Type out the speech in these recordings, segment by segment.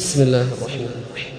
بسم الله الرحمن الرحيم.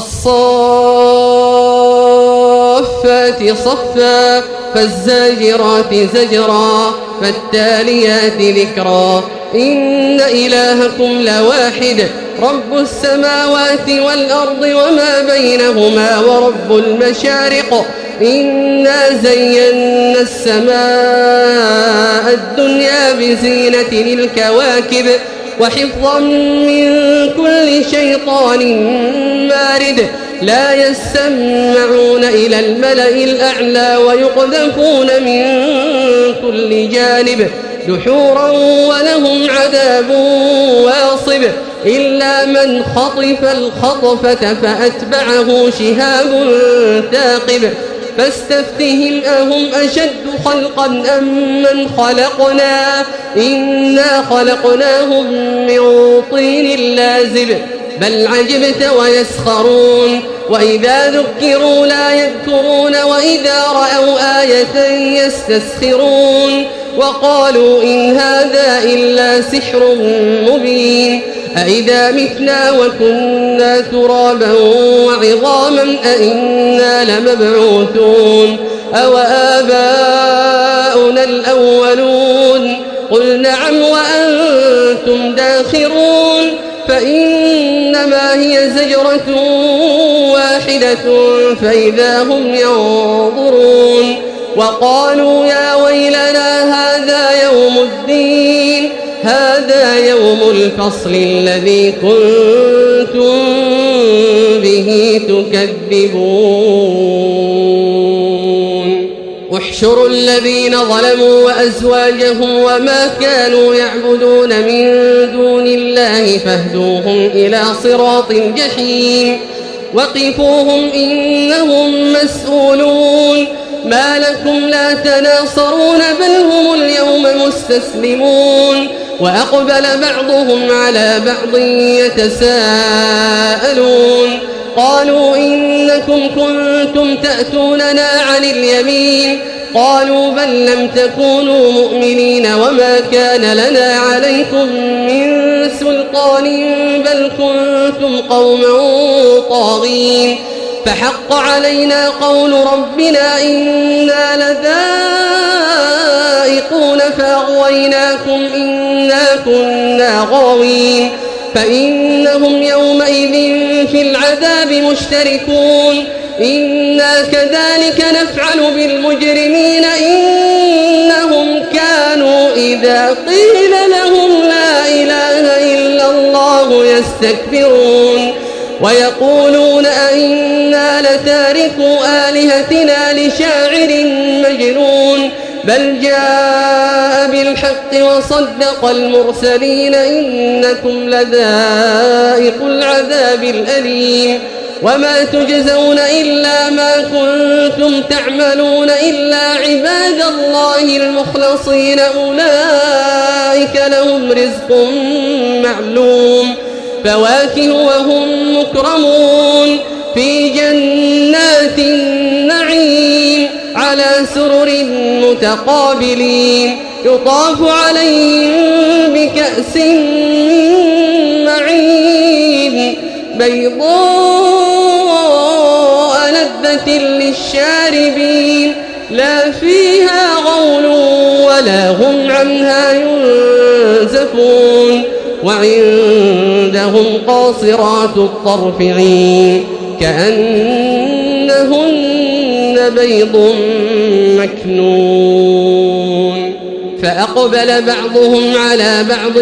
والصافات صفا فالزاجرات زجرا فالتاليات ذكرا إن إلهكم لواحد رب السماوات والأرض وما بينهما ورب المشارق إنا زينا السماء الدنيا بزينة الكواكب وحفظا من كل شيطان مارد لا يسمعون إلى الملأ الأعلى ويقذفون من كل جانب دحورا ولهم عذاب واصب إلا من خطف الخطفة فأتبعه شهاب ثاقب فاستفتهم أهم أشد خلقا أم من خلقنا إنا خلقناهم من طين لازب بل عجبت ويسخرون وإذا ذكروا لا يذكرون وإذا رأوا آية يستسخرون وقالوا إن هذا إلا سحر مبين أإذا متنا وكنا ترابا وعظاما أإنا لمبعوثون أو آباؤنا الأولون قل نعم وأنتم داخرون فإنما هي زجرة واحدة فإذا هم ينظرون وقالوا يا ويلنا هذا يوم الدين هذا يوم الفصل الذي كنتم به تكذبون احشروا الذين ظلموا وأزواجهم وما كانوا يعبدون من دون الله فاهدوهم إلى صراط الجحيم وقفوهم إنهم مسؤولون ما لكم لا تناصرون بل هم اليوم مستسلمون وأقبل بعضهم على بعض يتساءلون قالوا إنكم كنتم تأتوننا عن اليمين قالوا بل لم تكونوا مؤمنين وما كان لنا عليكم من سلطان بل كنتم قوما طاغين فحق علينا قول ربنا إنا لذائقون فأغويناكم إنا كنا غاوين فإنهم يومئذ في العذاب مشتركون إنا كذلك نفعل بالمجرمين إنهم كانوا إذا قيل لهم لا إله إلا الله يستكبرون ويقولون أئنا لتاركو آلهتنا لشاعر مجنون بل جاء بالحق وصدق المرسلين إنكم لذائق العذاب الأليم وما تجزون إلا ما كنتم تعملون إلا عباد الله المخلصين أولئك لهم رزق معلوم فواكه وهم مكرمون في جنات النعيم على سرر متقابلين يطاف عليهم بكأس من معين بيضاء لذة للشاربين لا فيها غول ولا هم عنها ينزفون وعندهم قاصرات الطرف عين كأنهن بيض مكنون فأقبل بعضهم على بعض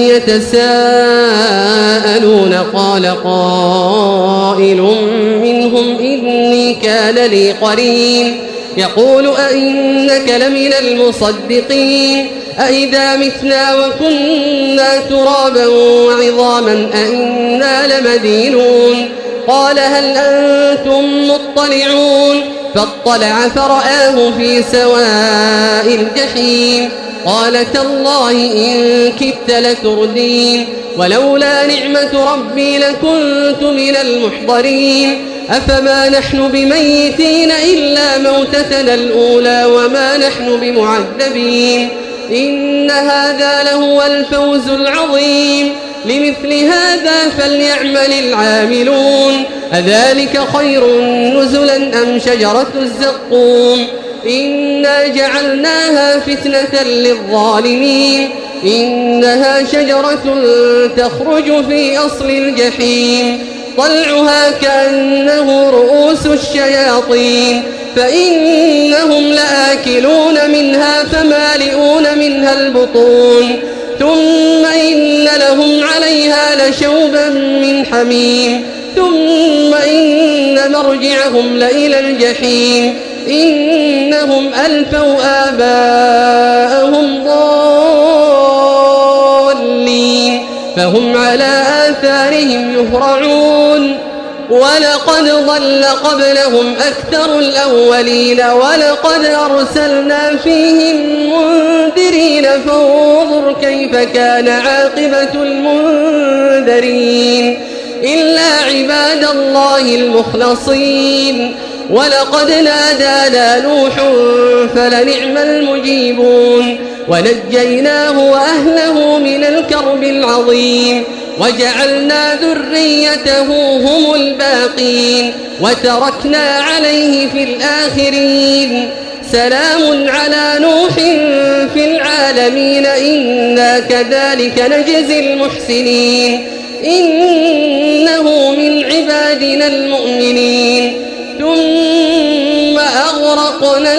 يتساءلون قال قائل منهم إني كان لي قرين يقول أئنك لمن المصدقين أئذا متنا وكنا ترابا وعظاما أئنا لمدينون قال هل أنتم مطلعون فاطلع فرآه في سواء الجحيم قال تالله إن كدت لتردين ولولا نعمة ربي لكنت من المحضرين أفما نحن بميتين إلا موتتنا الأولى وما نحن بمعذبين إن هذا لهو الفوز العظيم لمثل هذا فليعمل العاملون أذلك خير نزلا أم شجرة الزقوم إنا جعلناها فتنة للظالمين إنها شجرة تخرج في أصل الجحيم طلعها كأنه رؤوس الشياطين فإنهم لآكلون منها فمالئون منها البطون ثم إن لهم عليها لشوبا من حميم ثم إن مرجعهم لإلى الجحيم إنهم ألفوا آباءهم ضالين فهم على آثارهم يهرعون ولقد ضل قبلهم أكثر الأولين ولقد أرسلنا فيهم منذرين فانظر كيف كان عاقبة المنذرين إلا عباد الله المخلصين ولقد نادانا نوح فلنعم المجيبون ونجيناه وأهله من الكرب العظيم وجعلنا ذريته هم الباقين وتركنا عليه في الآخرين سلام على نوح في العالمين إنا كذلك نجزي المحسنين إنه من عبادنا المؤمنين ثم أغرقنا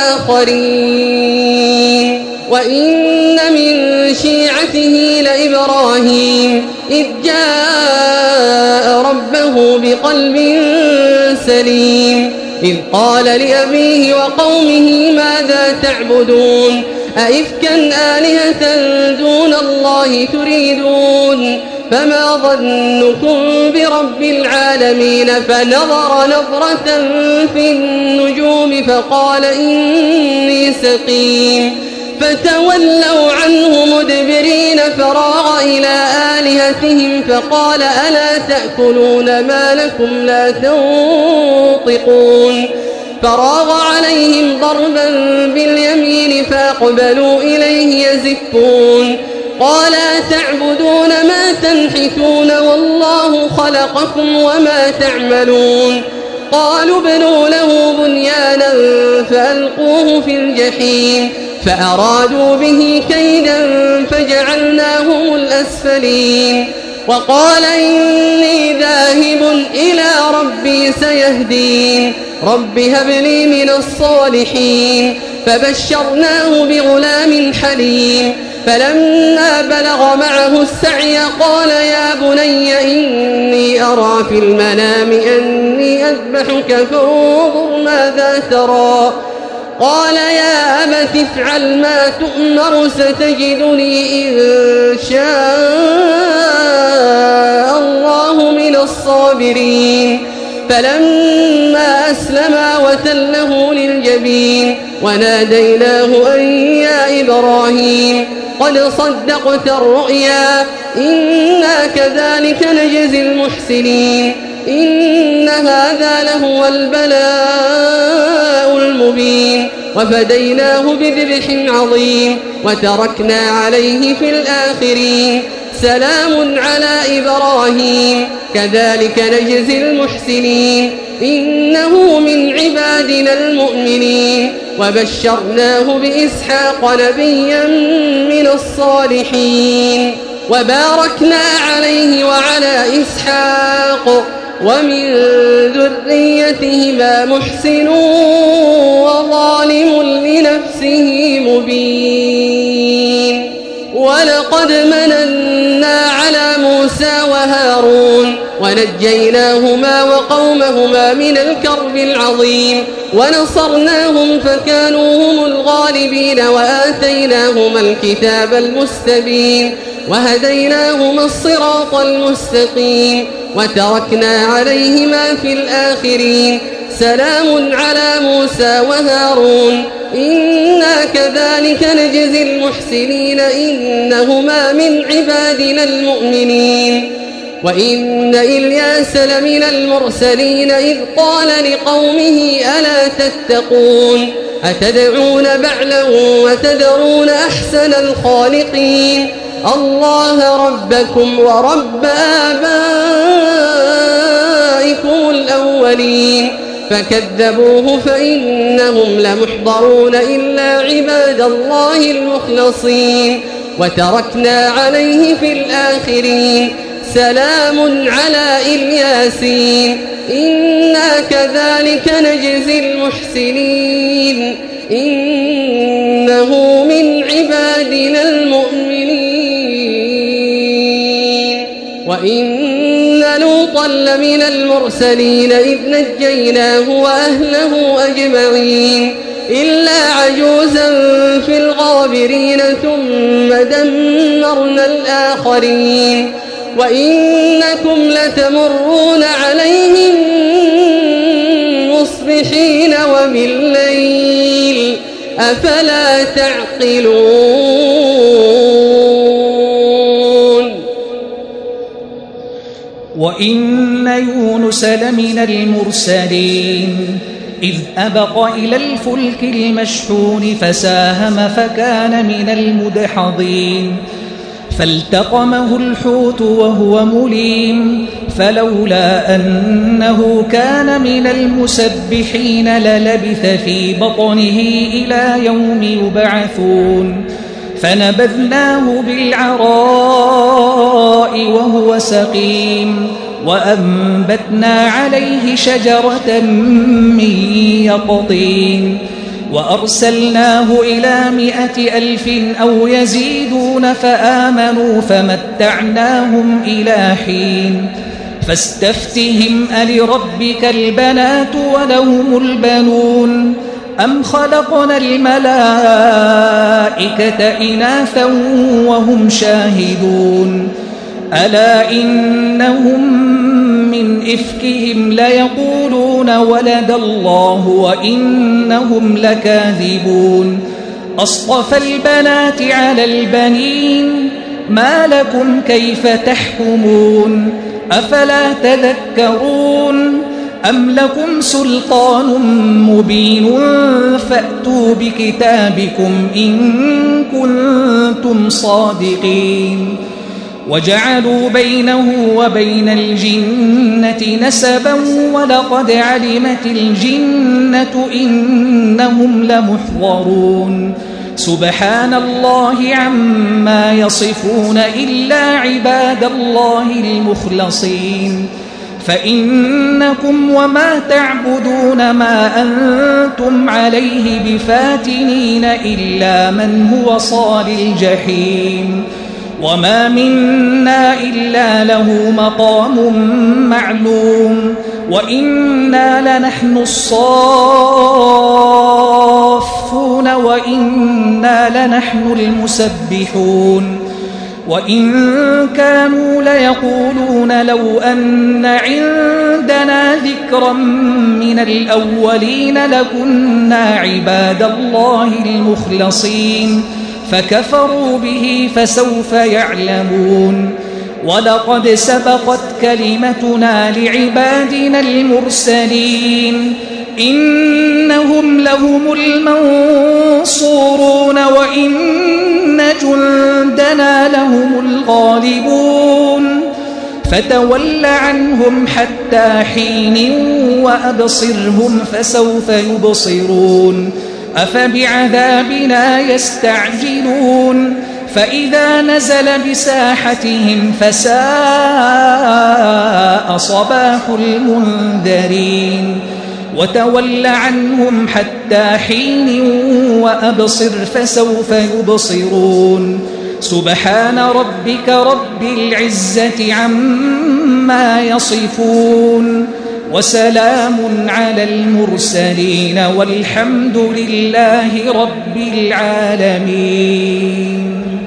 الآخرين وإن من شيعته لإبراهيم إذ جاء ربه بقلب سليم إذ قال لأبيه وقومه ماذا تعبدون أئفكا آلهة دون الله تريدون فما ظنكم برب العالمين فنظر نظرة في النجوم فقال إني سقيم فتولوا عنه مدبرين فراغ إلى آلهتهم فقال ألا تأكلون ما لكم لا تنطقون فراغ عليهم ضربا باليمين فأقبلوا إليه يزفون قال تعبدون ما تنحتون والله خلقكم وما تعملون قالوا ابنوا له بنيانا فألقوه في الجحيم فأرادوا به كيدا فجعلناهم الأسفلين وقال إني ذاهب إلى ربي سيهدين رب هب لي من الصالحين فبشرناه بغلام حليم فلما بلغ معه السعي قال يا بني إني أرى في المنام أني أذبحك فانظر ماذا ترى قال يا أبت افعل ما تؤمر ستجدني إن شاء الله من الصابرين فلما أسلما وتله للجبين وناديناه أن يا إبراهيم قد صدقت الرؤيا إنا كذلك نجزي المحسنين إن هذا لهو البلاء المبين وفديناه بذبح عظيم وتركنا عليه في الآخرين سلام على إبراهيم كذلك نجزي المحسنين إنه من عبادنا المؤمنين وبشرناه بإسحاق نبيا من الصالحين وباركنا عليه وعلى إسحاق ومن ذريتهما محسن وظالم لنفسه مبين ولقد مننا على موسى وهارون ونجيناهما وقومهما من الكرب العظيم ونصرناهم فكانوا هم الغالبين وآتيناهما الكتاب المستبين وهديناهما الصراط المستقيم وتركنا عليهما في الآخرين سلام على موسى وهارون إنا كذلك نجزي المحسنين إنهما من عبادنا المؤمنين وإن إلياس لمن المرسلين إذ قال لقومه ألا تتقون أتدعون بعلا وتذرون أحسن الخالقين الله ربكم ورب آبائكم الأولين فكذبوه فإنهم لمحضرون إلا عباد الله المخلصين وتركنا عليه في الآخرين سلام على الياسين إنا كذلك نجزي المحسنين إنه من عبادنا المؤمنين وإن لوطا لمن المرسلين إذ نجيناه وأهله أجمعين إلا عجوزا في الغابرين ثم دمرنا الآخرين وإنكم لتمرون عليهم مصبحين وبالليل أفلا تعقلون وإن يونس لمن المرسلين إذ أبق إلى الفلك المشحون فساهم فكان من المدحضين فالتقمه الحوت وهو مليم فلولا أنه كان من المسبحين للبث في بطنه إلى يوم يبعثون فنبذناه بالعراء وهو سقيم وأنبتنا عليه شجرة من يقطين وأرسلناه إلى 100,000 أو يزيدون فآمنوا فمتعناهم إلى حين فاستفتهم ألربك البنات ولهم البنون أم خلقنا الملائكة إناثا وهم شاهدون ألا إنهم من إفكهم ليقولون ولد الله وإنهم لكاذبون أصطفى البنات على البنين ما لكم كيف تحكمون أفلا تذكرون أم لكم سلطان مبين فأتوا بكتابكم إن كنتم صادقين وجعلوا بينه وبين الجنة نسبا ولقد علمت الجنة إنهم لمحضرون سبحان الله عما يصفون إلا عباد الله المخلصين فإنكم وما تعبدون ما أنتم عليه بفاتنين إلا من هو صال الجحيم وما منا إلا له مقام معلوم وإنا لنحن الصافون وإنا لنحن المسبحون وإن كانوا ليقولون لو أن عندنا ذكرا من الأولين لكنا عباد الله المخلصين فكفروا به فسوف يعلمون ولقد سبقت كلمتنا لعبادنا المرسلين إنهم لهم المنصورون وإن جندنا لهم الغالبون فتول عنهم حتى حين وأبصرهم فسوف يبصرون أفبعذابنا يستعجلون فإذا نزل بساحتهم فساء صباح المنذرين وتول عنهم حتى حين وأبصر فسوف يبصرون سبحان ربك رب العزة عما يصفون وسلام على المرسلين والحمد لله رب العالمين.